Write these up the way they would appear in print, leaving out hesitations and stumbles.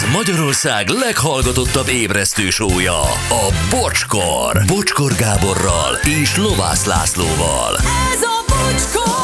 Ez Magyarország leghallgatottabb ébresztő show-ja, a Bocskor. Bocskor Gáborral és Lovász Lászlóval. Ez a Bocskor!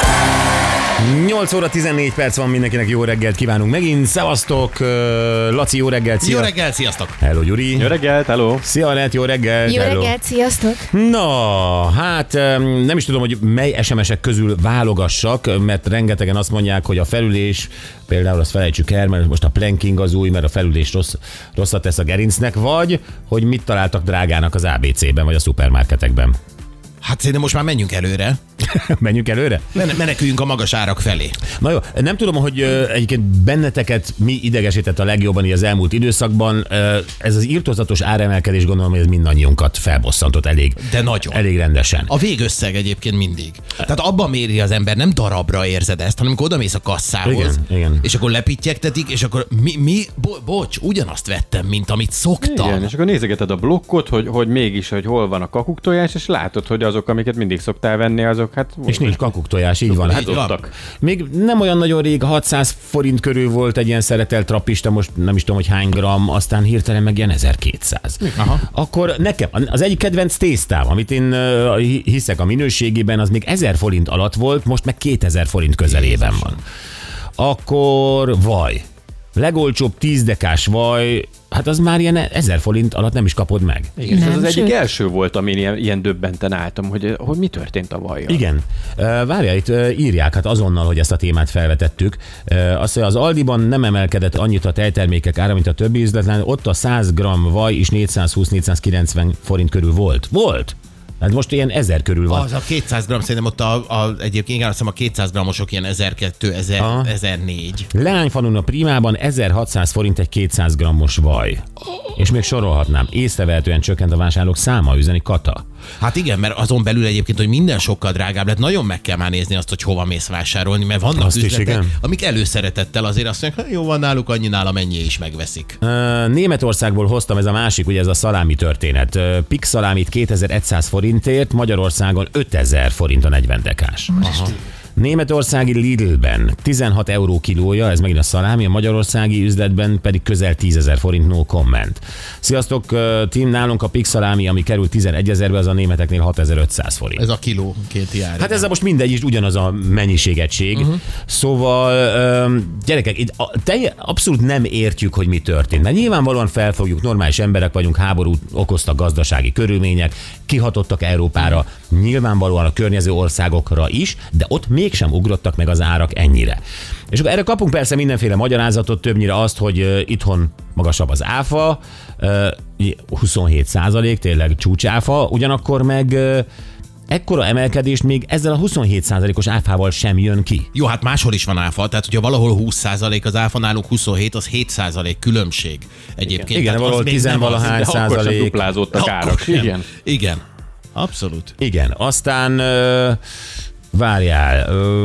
8 óra 14 perc van, mindenkinek jó reggelt kívánunk megint. Szevasztok, Laci, jó reggelt, szia. Jó reggelt, sziasztok! Hello, Gyuri. Jó reggelt, hello. Szia, Anett, jó reggelt. Jó hello. reggelt, sziasztok! Na, hát nem is tudom, hogy mely SMS-ek közül válogassak, mert rengetegen azt mondják, hogy a felülés, például azt felejtsük el, mert most a planking az új, mert a felülés rosszat tesz a gerincnek, vagy hogy mit találtak drágának az ABC-ben, vagy a szupermarketekben. Hát szerintem most már menjünk előre. Menjünk előre? Meneküljünk a magas árak felé. Na jó, nem tudom, hogy egyébként benneteket mi idegesített a legjobban így az elmúlt időszakban. Ez az irtózatos áremelkedés, gondolom, hogy ez mindannyiunkat felbosszantott De nagyon. elég rendesen. A végösszeg egyébként mindig. Tehát abban méri az ember, nem darabra érzed ezt, hanem amikor odamész a kasszához, Igen. és akkor lepittyegtetik, és akkor bocs, ugyanazt vettem, mint amit szoktam. Igen, és akkor nézegeted a blokkot, hogy mégis, hogy hol van a kakuktojás, és látod, hogy azok, amiket mindig szoktál venni, azok hát... És nincs kakuktojás, így van. Így Hát van. Adottak. még nem olyan nagyon rég, 600 forint körül volt egy ilyen szeretelt trappista, most nem is tudom, hogy hány gram, aztán hirtelen meg ilyen 1200. Aha. Akkor nekem az egyik kedvenc tésztám, amit én hiszek a minőségében, az még 1000 forint alatt volt, most meg 2000 forint közelében van. Akkor vaj. Legolcsóbb 10 dekás vaj, hát az már ilyen 1000 forint alatt nem is kapod meg. Igen, és ez Nem, az egyik sőt. első volt, amin ilyen döbbenten álltam, hogy mi történt a vajjal. Igen. Várjál, itt írják hát azonnal, hogy ezt a témát felvetettük. Azt, hogy az Aldiban nem emelkedett annyit a tejtermékek ára, mint a többi üzletlen, ott a 100 g vaj is 420-490 forint körül volt. Volt! Hát most ilyen 1000 körül van. Az a 200 g, szerintem ott egyébként igen, azt hiszem a 200 g-osok ilyen 1200, 1004. Leányfalun a Primában 1600 forint egy 200 g-os vaj. És még sorolhatnám. Észrevehetően csökkent a vásárlók száma, üzeni Kata. Hát igen, mert azon belül egyébként, hogy minden sokkal drágább lett, nagyon meg kell már nézni azt, hogy hova mész vásárolni, mert vannak Azt is, üzletek, igen. amik előszeretettel azért azt mondják, jó van náluk, annyi nálam ennyi is megveszik. Németországból hoztam, ez a másik, ugye ez a szalámi történet. Pix szalámit 2100 forintért, Magyarországon 5000 forint a 40 dekás. Németországi Lidlben 16 euró kilója, ez megint a szalámi, a magyarországi üzletben pedig közel 10 000 forint, no comment. Sziasztok, Tim, nálunk a Pix szalámi, ami kerül 11 000-be, az a németeknél 6500 forint. Ez a kilóként jár. Hát ez most mindegy is ugyanaz a mennyiségegység. Szóval, gyerekek, itt abszolút nem értjük, hogy mi történt. Mert nyilvánvalóan felfogjuk, normális emberek vagyunk, háborút okoztak gazdasági körülmények, kihatottak Európára, nyilvánvalóan a környező országokra is, de ott mégsem ugrottak meg az árak ennyire. És akkor erre kapunk persze mindenféle magyarázatot, többnyire azt, hogy itthon magasabb az áfa, 27%, tényleg csúcsáfa, ugyanakkor meg ekkora emelkedést még ezzel a 27%-os áfával sem jön ki. Jó, hát máshol is van áfa, tehát hogyha valahol 20% az áfa, nálunk 27, az 7% különbség egyébként. Igen, Tehát az valahol még nem az- 10-valahány De akkor sem százalék. duplázódtak Akkor árak. sem. Igen. Igen, abszolút. Igen, aztán várjál.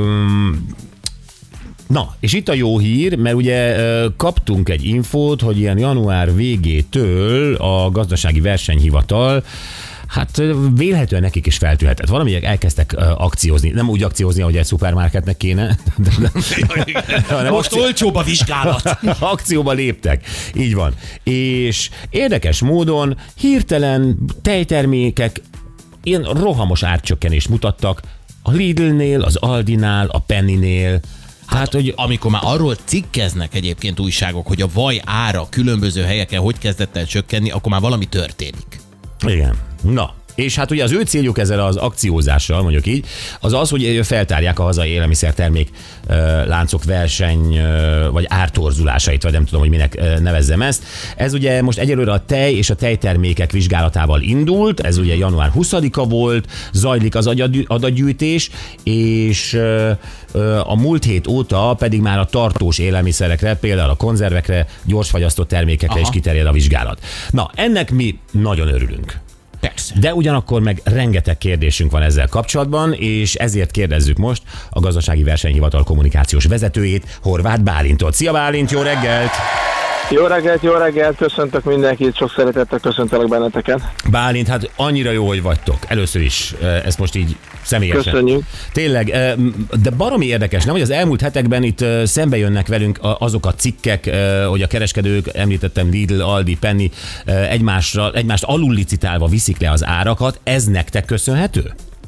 Na, és itt a jó hír, mert ugye kaptunk egy infót, hogy ilyen január végétől a gazdasági versenyhivatal hát vélhetően nekik is feltűhetett. Valamiek elkezdtek akciózni. Nem úgy akciózni, ahogy egy szupermarketnek kéne. hanem Most olcsóbb a vizsgálat. akcióba léptek. Így van. És érdekes módon hirtelen tejtermékek ilyen rohamos árcsökkenést mutattak a Lidlnél, az Aldinál, a Pennynél. Hát, hogy Amikor már arról cikkeznek egyébként újságok, hogy a vaj ára különböző helyeken hogy kezdett el csökkenni, akkor már valami történik. igen. Na, és hát ugye az ő céljuk ezzel az akciózással, mondjuk így, az az, hogy feltárják a hazai élelmiszertermék láncok verseny vagy ártorzulásait, vagy nem tudom, hogy minek nevezzem ezt. Ez ugye most egyelőre a tej és a tejtermékek vizsgálatával indult, ez ugye január 20-a volt, zajlik az adatgyűjtés, és a múlt hét óta pedig már a tartós élelmiszerekre, például a konzervekre, gyorsfagyasztott termékekre is kiterjed a vizsgálat. Na, ennek mi nagyon örülünk. Persze. De ugyanakkor meg rengeteg kérdésünk van ezzel kapcsolatban, és ezért kérdezzük most a Gazdasági Versenyhivatal kommunikációs vezetőjét, Horváth Bálintot. Szia Bálint, jó reggelt! Jó reggelt, köszöntök mindenkit, sok szeretettel köszöntelek benneteket. Bálint, hát annyira jó, hogy vagytok. Először is, ezt most így személyesen. Köszönjük. Tényleg, de baromi érdekes, nem, hogy az elmúlt hetekben itt szembe jönnek velünk azok a cikkek, hogy a kereskedők, említettem Lidl, Aldi, Penny, egymást alullicitálva viszik le az árakat. Ez nektek köszönhető?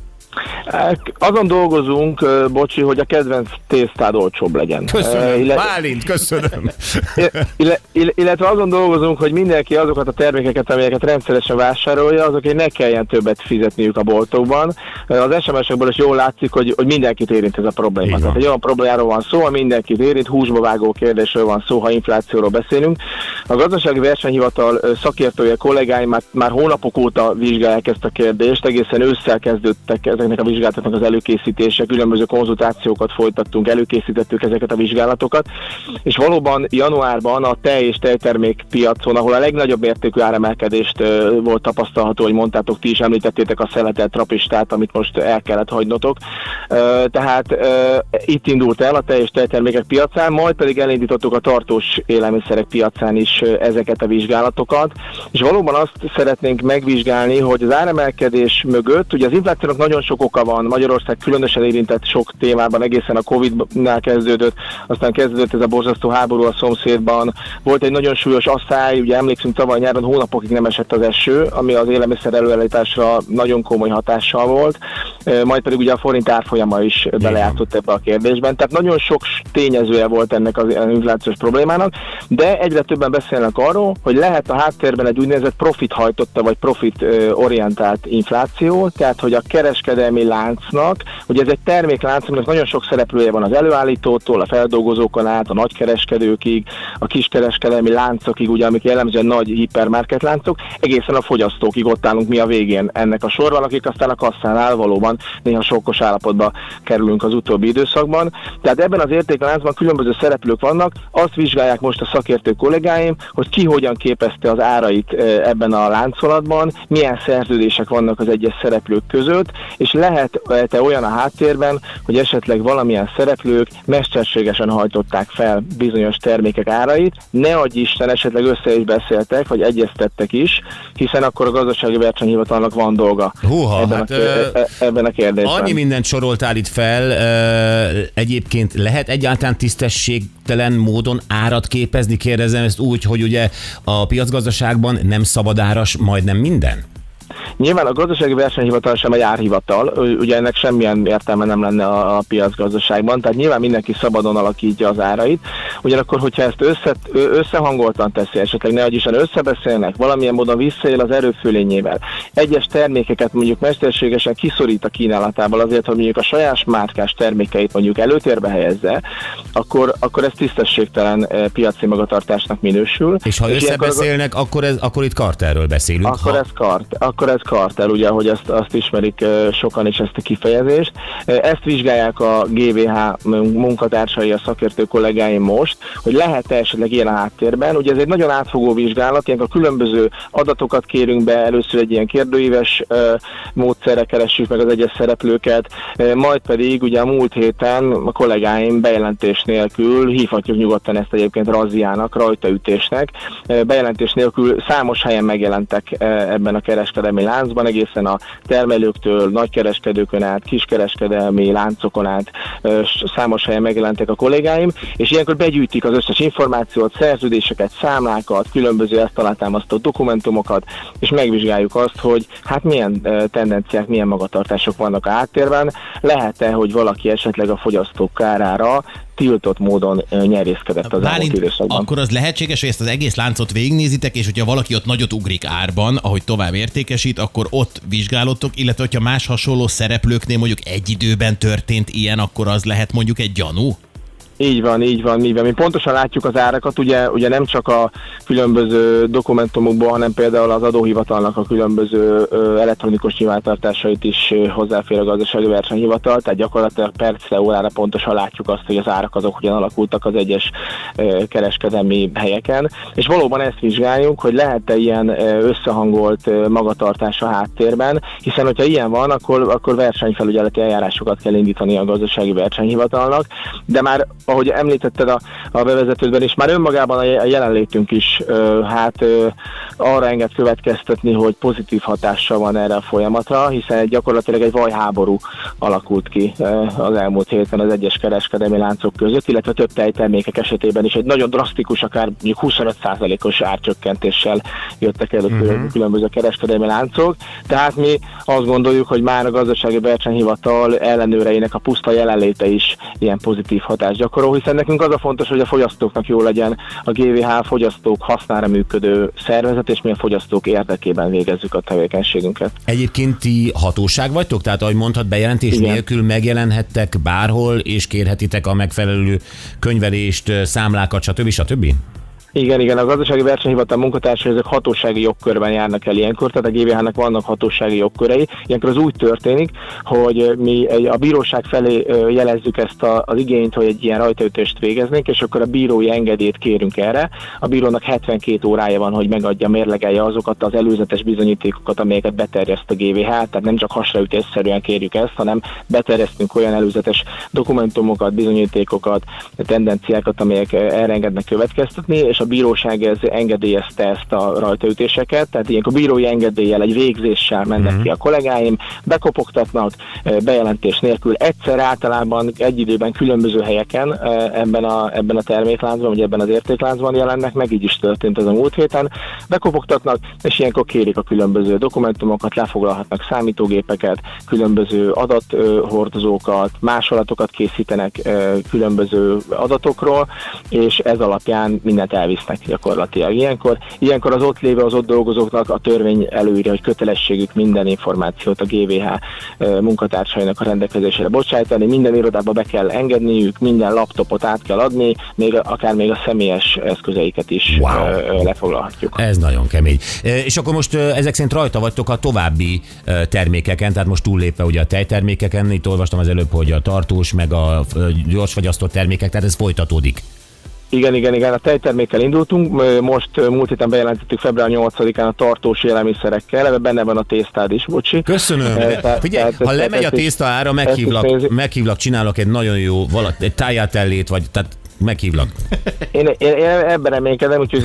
Azon dolgozunk, bocsi, hogy a kedvenc tésztád olcsóbb legyen. Köszönöm, Bálint, köszönöm. Illetve azon dolgozunk, hogy mindenki azokat a termékeket, amelyeket rendszeresen vásárolja, azokért ne kelljen többet fizetniük a boltokban. Az SMS-ekből is jól látszik, hogy mindenkit érint ez a probléma. Tehát egy olyan problémáról van szó, ami mindenkit érint, húsba vágó kérdésről van szó, ha inflációról beszélünk. A Gazdasági Versenyhivatal szakértője, kollégáim már hónapok óta vizsgálják ezt a kérdést, egészen ősszel kezdődtek ezeknek a vizsgálatoknak az előkészítése, különböző konzultációkat folytattunk, előkészítettük ezeket a vizsgálatokat, és valóban januárban a tej és tejtermék piacon, ahol a legnagyobb mértékű áremelkedést volt tapasztalható, hogy mondtátok, ti is említettétek a szeletet, trapistát, amit most el kellett hagynotok. Tehát itt indult el a tej és tejtermékek piacán, majd pedig elindítottuk a tartós élelmiszerek piacán is ezeket a vizsgálatokat, és valóban azt szeretnénk megvizsgálni, hogy az áremelkedés mögött, ugye az inflációnak nagyon sok oka van, Magyarország különösen érintett sok témában, egészen a Covid-nál kezdődött, aztán kezdődött ez a borzasztó háború a szomszédban, volt egy nagyon súlyos asszály, ugye emlékszünk, tavaly nyáron hónapokig nem esett az eső, ami az élelmiszer előállításra nagyon komoly hatással volt, majd pedig ugye a forint árfolyama is belejátszott ebbe a kérdésben, tehát nagyon sok tényezője volt ennek az inflációs problémának, de egyre többen beszélnek arról, hogy lehet a háttérben egy úgynevezett profithajtotta vagy profit-orientált infláció, tehát hogy a kereskedelmi láncnak, ugye ez egy terméklánc, aminek nagyon sok szereplője van az előállítótól, a feldolgozókon át, a nagykereskedőkig, a kiskereskedelmi láncokig, ugye, amik jellemzően nagy hipermarketláncok, egészen a fogyasztókig ott állunk mi a végén ennek a sorban, akik aztán a kasszánál valóban néha sokkos állapotba kerülünk az utóbbi időszakban. Tehát ebben az értékláncban különböző szereplők vannak, azt vizsgálják most a szakértő kollégáim, hogy ki hogyan képezte az árait ebben a láncolatban, milyen szerződések vannak az egyes szereplők között, és lehet-e olyan a háttérben, hogy esetleg valamilyen szereplők mesterségesen hajtották fel bizonyos termékek árait, ne adj Isten, esetleg össze is beszéltek, vagy egyeztettek is, hiszen akkor a Gazdasági Versenyhivatalnak van dolga ebben a kérdésben. Annyi mindent soroltál itt fel, egyébként lehet egyáltalán tisztességtelen módon árat képezni, kérdezem ezt úgy, hogy ugye a piacgazdaságban nem szabadáras majdnem minden? Nyilván a Gazdasági Versenyhivatal sem egy árhivatal, ugye ennek semmilyen értelme nem lenne a piacgazdaságban, tehát nyilván mindenki szabadon alakítja az árait, ugyanakkor, hogyha ezt összehangoltan teszi, esetleg ne adj összebeszélnek, valamilyen módon visszaél az erőfölényével, egyes termékeket mondjuk mesterségesen kiszorít a kínálatából azért, hogy mondjuk a saját márkás termékeit mondjuk előtérbe helyezze, akkor ez tisztességtelen piaci magatartásnak minősül. És ha összebeszélnek, akkor itt kartelről beszélünk. Akkor ez kartel, ugye, hogy azt ismerik sokan is ezt a kifejezést. Ezt vizsgálják a GVH munkatársai, a szakértő kollégáim most, hogy lehet-e esetleg ilyen a háttérben. Ugye ez egy nagyon átfogó vizsgálat, ilyenkor különböző adatokat kérünk be, először egy ilyen kérdőíves módszerre keressük meg az egyes szereplőket, majd pedig ugye a múlt héten a kollégáim bejelentés nélkül, hívhatjuk nyugodtan ezt egyébként razziának, rajtaütésnek, bejelentés nélkül számos helyen megjelentek ebben a kereskedelmi láncban, egészen a termelőktől, nagykereskedőkön át, kiskereskedelmi láncokon át számos helyen megjelentek a kollégáim, és ilyenkor begyűjtik az összes információt, szerződéseket, számlákat, különböző ezt alátámasztó dokumentumokat, és megvizsgáljuk azt, hogy hát milyen tendenciák, milyen magatartások vannak a háttérben, lehet-e, hogy valaki esetleg a fogyasztók kárára tiltott módon nyerészkedett az elmúlt időszakban. Akkor az lehetséges, hogy ezt az egész láncot végignézitek, és hogyha valaki ott nagyot ugrik árban, ahogy tovább értékesít, akkor ott vizsgálódtok, illetve hogyha más hasonló szereplőknél mondjuk egy időben történt ilyen, akkor az lehet mondjuk egy gyanú? Így van. Mi pontosan látjuk az árakat, ugye nem csak a különböző dokumentumokból, hanem például az adóhivatalnak a különböző elektronikus nyilvántartásait is hozzáfér a Gazdasági Versenyhivatal, tehát gyakorlatilag percre, órára pontosan látjuk azt, hogy az árak azok hogyan alakultak az egyes kereskedelmi helyeken, és valóban ezt vizsgáljuk, hogy lehet-e ilyen összehangolt magatartás a háttérben, hiszen hogyha ilyen van, akkor versenyfelügyeleti eljárásokat kell indítani a Gazdasági Versenyhivatalnak, de már ahogy említetted a bevezetődben is, már önmagában a jelenlétünk is arra enged következtetni, hogy pozitív hatással van erre a folyamatra, hiszen gyakorlatilag egy vajháború alakult ki az elmúlt héten az egyes kereskedelmi láncok között, illetve több tejtermékek esetében is egy nagyon drasztikus, akár mondjuk 25%-os árcsökkentéssel jöttek elő különböző kereskedelmi láncok. Tehát mi azt gondoljuk, hogy már a gazdasági versenyhivatal ellenőreinek a puszta jelenléte is ilyen pozitív hatást gyakorol, hiszen nekünk az a fontos, hogy a fogyasztóknak jó legyen, a GVH a fogyasztók hasznára működő szervezet, és mi a fogyasztók érdekében végezzük a tevékenységünket. Egyébként ti hatóság vagytok? Tehát ahogy mondhat, bejelentés nélkül megjelenhettek bárhol, és kérhetitek a megfelelő könyvelést, számlákat, stb. Igen, a gazdasági versenyhivatal munkatársai ezek hatósági jogkörben járnak el ilyenkor, tehát a GVH-nak vannak hatósági jogkörei. Ilyenkor az úgy történik, hogy mi a bíróság felé jelezzük ezt az igényt, hogy egy ilyen rajtaütést végeznénk, és akkor a bírói engedélyt kérünk erre. A bírónak 72 órája van, hogy megadja, mérlegelje azokat az előzetes bizonyítékokat, amelyeket beterjeszt a GVH, tehát nem csak hasraütésszerűen kérjük ezt, hanem beterjesztünk olyan előzetes dokumentumokat, bizonyítékokat, tendenciákat, amelyek erre engednek következtetni, és a bíróság engedélyezte ezt a rajtaütéseket, tehát ilyenkor bírói engedéllyel, egy végzéssel mennek ki a kollégáim, bekopogtatnak bejelentés nélkül, egyszer általában egy időben különböző helyeken ebben a termékláncban, vagy ebben az értékláncban jelennek meg, így is történt ez a múlt héten, bekopogtatnak, és ilyenkor kérik a különböző dokumentumokat, lefoglalhatnak számítógépeket, különböző adathordozókat, másolatokat készítenek különböző adatokról, és ez alapján mindent elvisznek gyakorlatilag. Ilyenkor az ott lévő, az ott dolgozóknak a törvény előírja, hogy kötelességük minden információt a GVH munkatársainak a rendelkezésére bocsájtani, minden irodába be kell engedniük, minden laptopot át kell adni, akár még a személyes eszközeiket is lefoglalhatjuk. Ez nagyon kemény. És akkor most ezek szerint rajta vagytok a további termékeken, tehát most túllépve ugye a tejtermékeken, itt olvastam az előbb, hogy a tartós, meg a gyorsfagyasztott termékek, tehát ez folytatódik. Igen, a tejtermékkel indultunk, most múlt héten bejelentettük február 8-án a tartós élelmiszerekkel, ebben benne van a tésztád is, bocsi. Köszönöm. Figyelj, ha lemegy a tészta ára, meghívlak, csinálok egy nagyon jó, egy tájátellét, vagy tehát meghívlak. Én ebben reménykedem, úgyhogy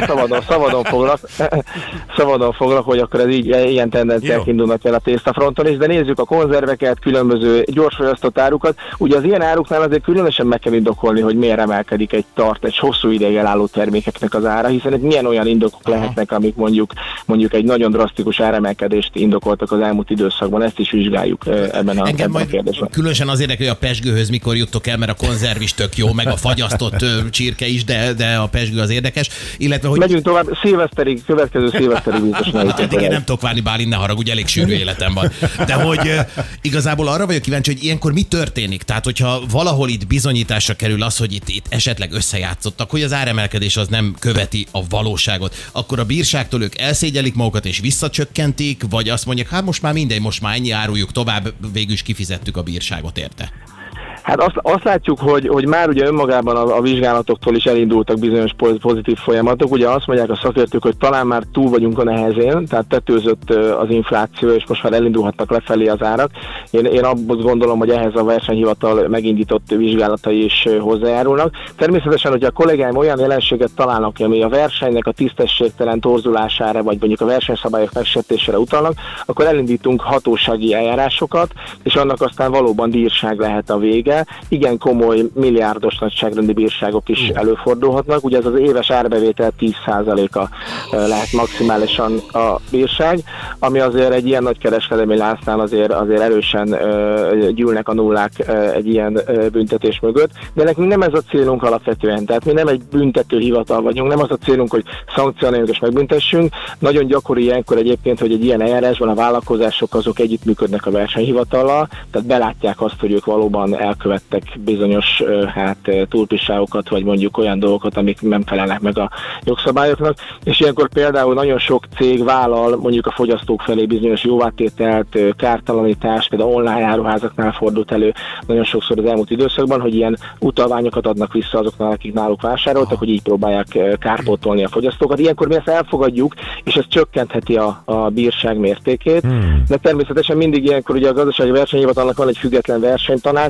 szabadon foglak, hogy akkor ez így, ilyen tendenciák indulnak el a tésztafronton is, de nézzük a konzerveket, különböző gyorsfogyasztott árukat. Ugye az ilyen áruknál azért különösen meg kell indokolni, hogy miért emelkedik egy hosszú ideig elálló termékeknek az ára, hiszen itt milyen olyan indokok lehetnek, amik mondjuk egy nagyon drasztikus áremelkedést indokoltak az elmúlt időszakban, ezt is vizsgáljuk ebben a kérdésben. Különösen az érdekel, hogy a pezsgőhöz mikor juttok el, mert a konzerv is tök jó, meg a fagyasztott csirke is, de a pezsgő az érdekes. Illetve, hogy... Megyünk tovább, következő szilveszterig biztosan. Hát igen, nem tudok várni, Bálint, ne haragudj, elég sűrű életem van. De hogy igazából arra vagyok kíváncsi, hogy ilyenkor mi történik? Tehát, hogyha valahol itt bizonyításra kerül az, hogy itt esetleg összejátszottak, hogy az áremelkedés az nem követi a valóságot, akkor a bírságtól ők elszégyelik magukat és visszacsökkentik, vagy azt mondják, hát most már mindegy, most már ennyi, áruljuk tovább, végül is kifizettük a bírságot érte. Hát azt látjuk, hogy már ugye önmagában a vizsgálatoktól is elindultak bizonyos pozitív folyamatok. Ugye azt mondják a szakértők, hogy talán már túl vagyunk a nehezén, tehát tetőzött az infláció, és most már elindulhatnak lefelé az árak. Én azt gondolom, hogy ehhez a versenyhivatal megindított vizsgálatai is hozzájárulnak. Természetesen, hogyha a kollégáim olyan jelenséget találnak, ami a versenynek a tisztességtelen torzulására, vagy mondjuk a versenyszabályok megsértésére utalnak, akkor elindítunk hatósági eljárásokat, és annak aztán valóban bírság lehet a vége. Igen komoly milliárdos nagyságrendi bírságok is előfordulhatnak. Ugye ez az éves árbevétel 10%-a lehet maximálisan a bírság, ami azért egy ilyen nagy kereskedelmi láncnál azért erősen gyűlnek a nullák egy ilyen büntetés mögött. De nekünk nem ez a célunk alapvetően. Tehát mi nem egy büntető hivatal vagyunk, nem az a célunk, hogy szankcionáljunk és megbüntessünk. Nagyon gyakori ilyenkor egyébként, hogy egy ilyen eljárásban a vállalkozások azok együttműködnek a versenyhivatallal, tehát belátják azt, hogy ők valóban elkövettek bizonyos túlpisságokat, vagy mondjuk olyan dolgokat, amik nem felelnek meg a jogszabályoknak, és ilyenkor például nagyon sok cég vállal mondjuk a fogyasztók felé bizonyos jóvátételt, kártalanítást, például online áruházaknál fordult elő nagyon sokszor az elmúlt időszakban, hogy ilyen utalványokat adnak vissza azoknál, akik náluk vásároltak, hogy így próbálják kárpótolni a fogyasztókat. Ilyenkor mi ezt elfogadjuk, és ez csökkentheti a bírság mértékét, de természetesen mindig ilyenkor ugye a gazdasági versenyhivatalnak van egy független versenytanácsa,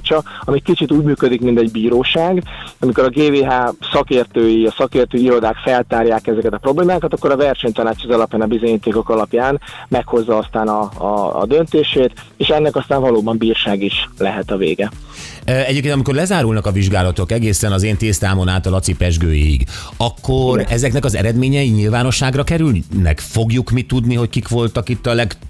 ami kicsit úgy működik, mint egy bíróság. Amikor a GVH szakértői, a szakértői irodák feltárják ezeket a problémákat, akkor a versenytanács az alapján, a bizonyítékok alapján meghozza aztán a döntését, és ennek aztán valóban bírság is lehet a vége. Egyébként, amikor lezárulnak a vizsgálatok egészen az én tésztámon át a Laci Pezsgőig, akkor ezeknek az eredményei nyilvánosságra kerülnek? Fogjuk mi tudni, hogy kik voltak itt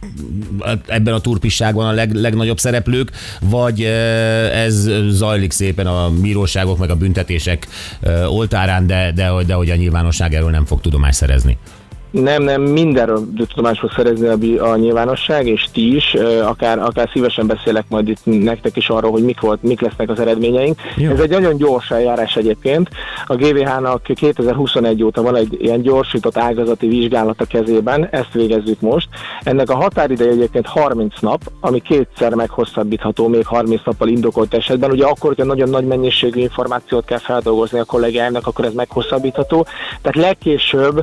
ebben a turpisságban a legnagyobb szereplők, vagy ez zajlik szépen a bíróságok meg a büntetések oltárán, de hogy a nyilvánosság erről nem fog tudomást szerezni? Nem, mindenről tudomást fog szerezni a nyilvánosság, és ti is, akár szívesen beszélek majd itt nektek is arról, hogy mik lesznek az eredményeink. Jó. Ez egy nagyon gyors eljárás egyébként. A GVH-nak 2021 óta van egy ilyen gyorsított ágazati vizsgálat a kezében, ezt végezzük most. Ennek a határideje egyébként 30 nap, ami kétszer meghosszabbítható még 30 nappal indokolt esetben. Ugye akkor, hogyha nagyon nagy mennyiségű információt kell feldolgozni a kollégáimnak, akkor ez meghosszabbítható. Tehát legkésőbb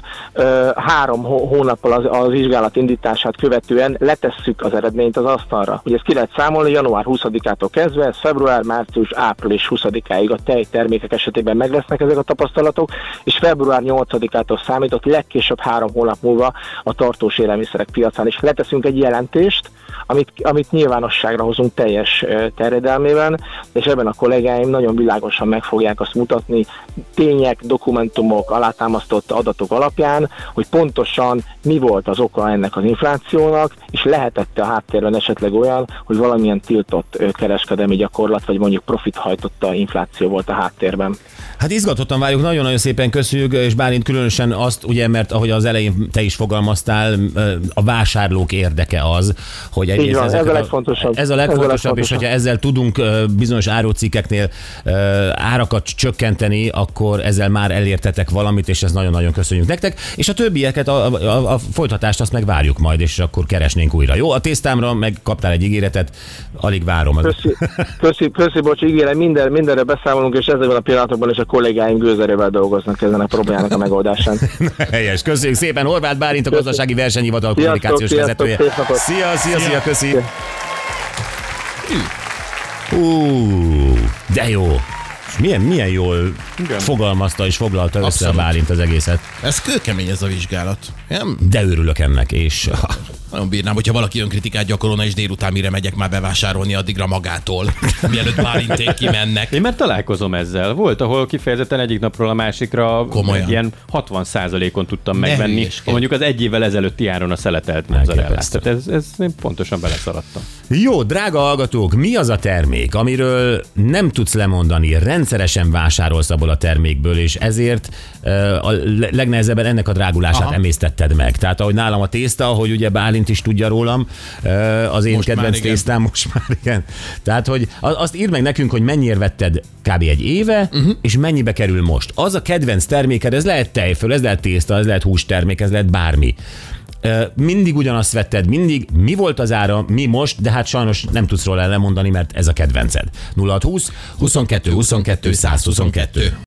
3 hónappal az vizsgálat indítását követően letesszük az eredményt az asztalra. Ugye ezt ki lehet számolni január 20-ától kezdve, ez február, március, április 20-áig a tejtermékek esetében meg lesznek ezek a tapasztalatok, és február 8-ától számított legkésőbb 3 hónap múlva a tartós élelmiszerek piacán is leteszünk egy jelentést, amit nyilvánosságra hozunk teljes terjedelmében, és ebben a kollégáim nagyon világosan meg fogják azt mutatni tények, dokumentumok, alátámasztott adatok alapján, hogy pontosan mi volt az oka ennek az inflációnak, és lehetett a háttérben esetleg olyan, hogy valamilyen tiltott kereskedelmi gyakorlat, vagy mondjuk profithajtotta infláció volt a háttérben. Hát izgatottan várjuk, nagyon-nagyon szépen köszönjük, és Bálint különösen azt, ugye, mert ahogy az elején te is fogalmaztál, a vásárlók érdeke az, hogy egyrészt van, ez a legfontosabb. Ez a legfontosabb, és hogyha ezzel tudunk bizonyos árucikkeknél árakat csökkenteni, akkor ezzel már elértetek valamit, és ezt nagyon-nagyon köszönjük nektek, és a többieket, a folytatást azt meg várjuk majd, és akkor keresnénk újra. Jó, a tésztámra meg kaptál egy ígéretet, alig várom. Köszi, bocs, ígérem, mindenre beszámolunk, és ezekben a pillanatokban is a kollégáim gőzerővel dolgoznak ezen a problémának a megoldásán. Helyes, köszönjük szépen. Horváth Bálint, a Gazdasági Versenyhivatal kommunikációs vezetője. Szia, köszi. De jó. Milyen jól fogalmazta és foglalta össze a Bálint az egészet. Ez kőkemény ez a vizsgálat. Nem? De örülök ennek, és... Nagyon bírnám, hogyha valaki önkritikát gyakorolna, és délután mire megyek már bevásárolni addigra magától, mielőtt Bálinték kimennek. Én már találkozom ezzel. Volt, ahol kifejezetten egyik napról a másikra ilyen 60%-on tudtam megvenni, mondjuk az egy évvel ezelőtti áron a szeletelt mozzarellát. Tehát ez én pontosan beleszaladtam. Jó, drága hallgatók, mi az a termék, amiről nem tudsz lemondani, rendszeresen vásárolsz abból a termékből, és ezért a legnehezebben ennek a drágulását emésztetted meg. Tehát ahogy nálam a tészta, ahogy ugye Bálint is tudja rólam, az én most kedvenc tésztám most már, igen. Tehát, hogy azt írd meg nekünk, hogy mennyiért vetted kb. Egy éve, és mennyibe kerül most. Az a kedvenc terméked, ez lehet tejföl, ez lehet tészta, ez lehet hústermék, ez lehet bármi. Mindig ugyanazt vetted, mindig mi volt az ára, mi most, de hát sajnos nem tudsz róla lemondani, mert ez a kedvenced. 0620 22 22 122.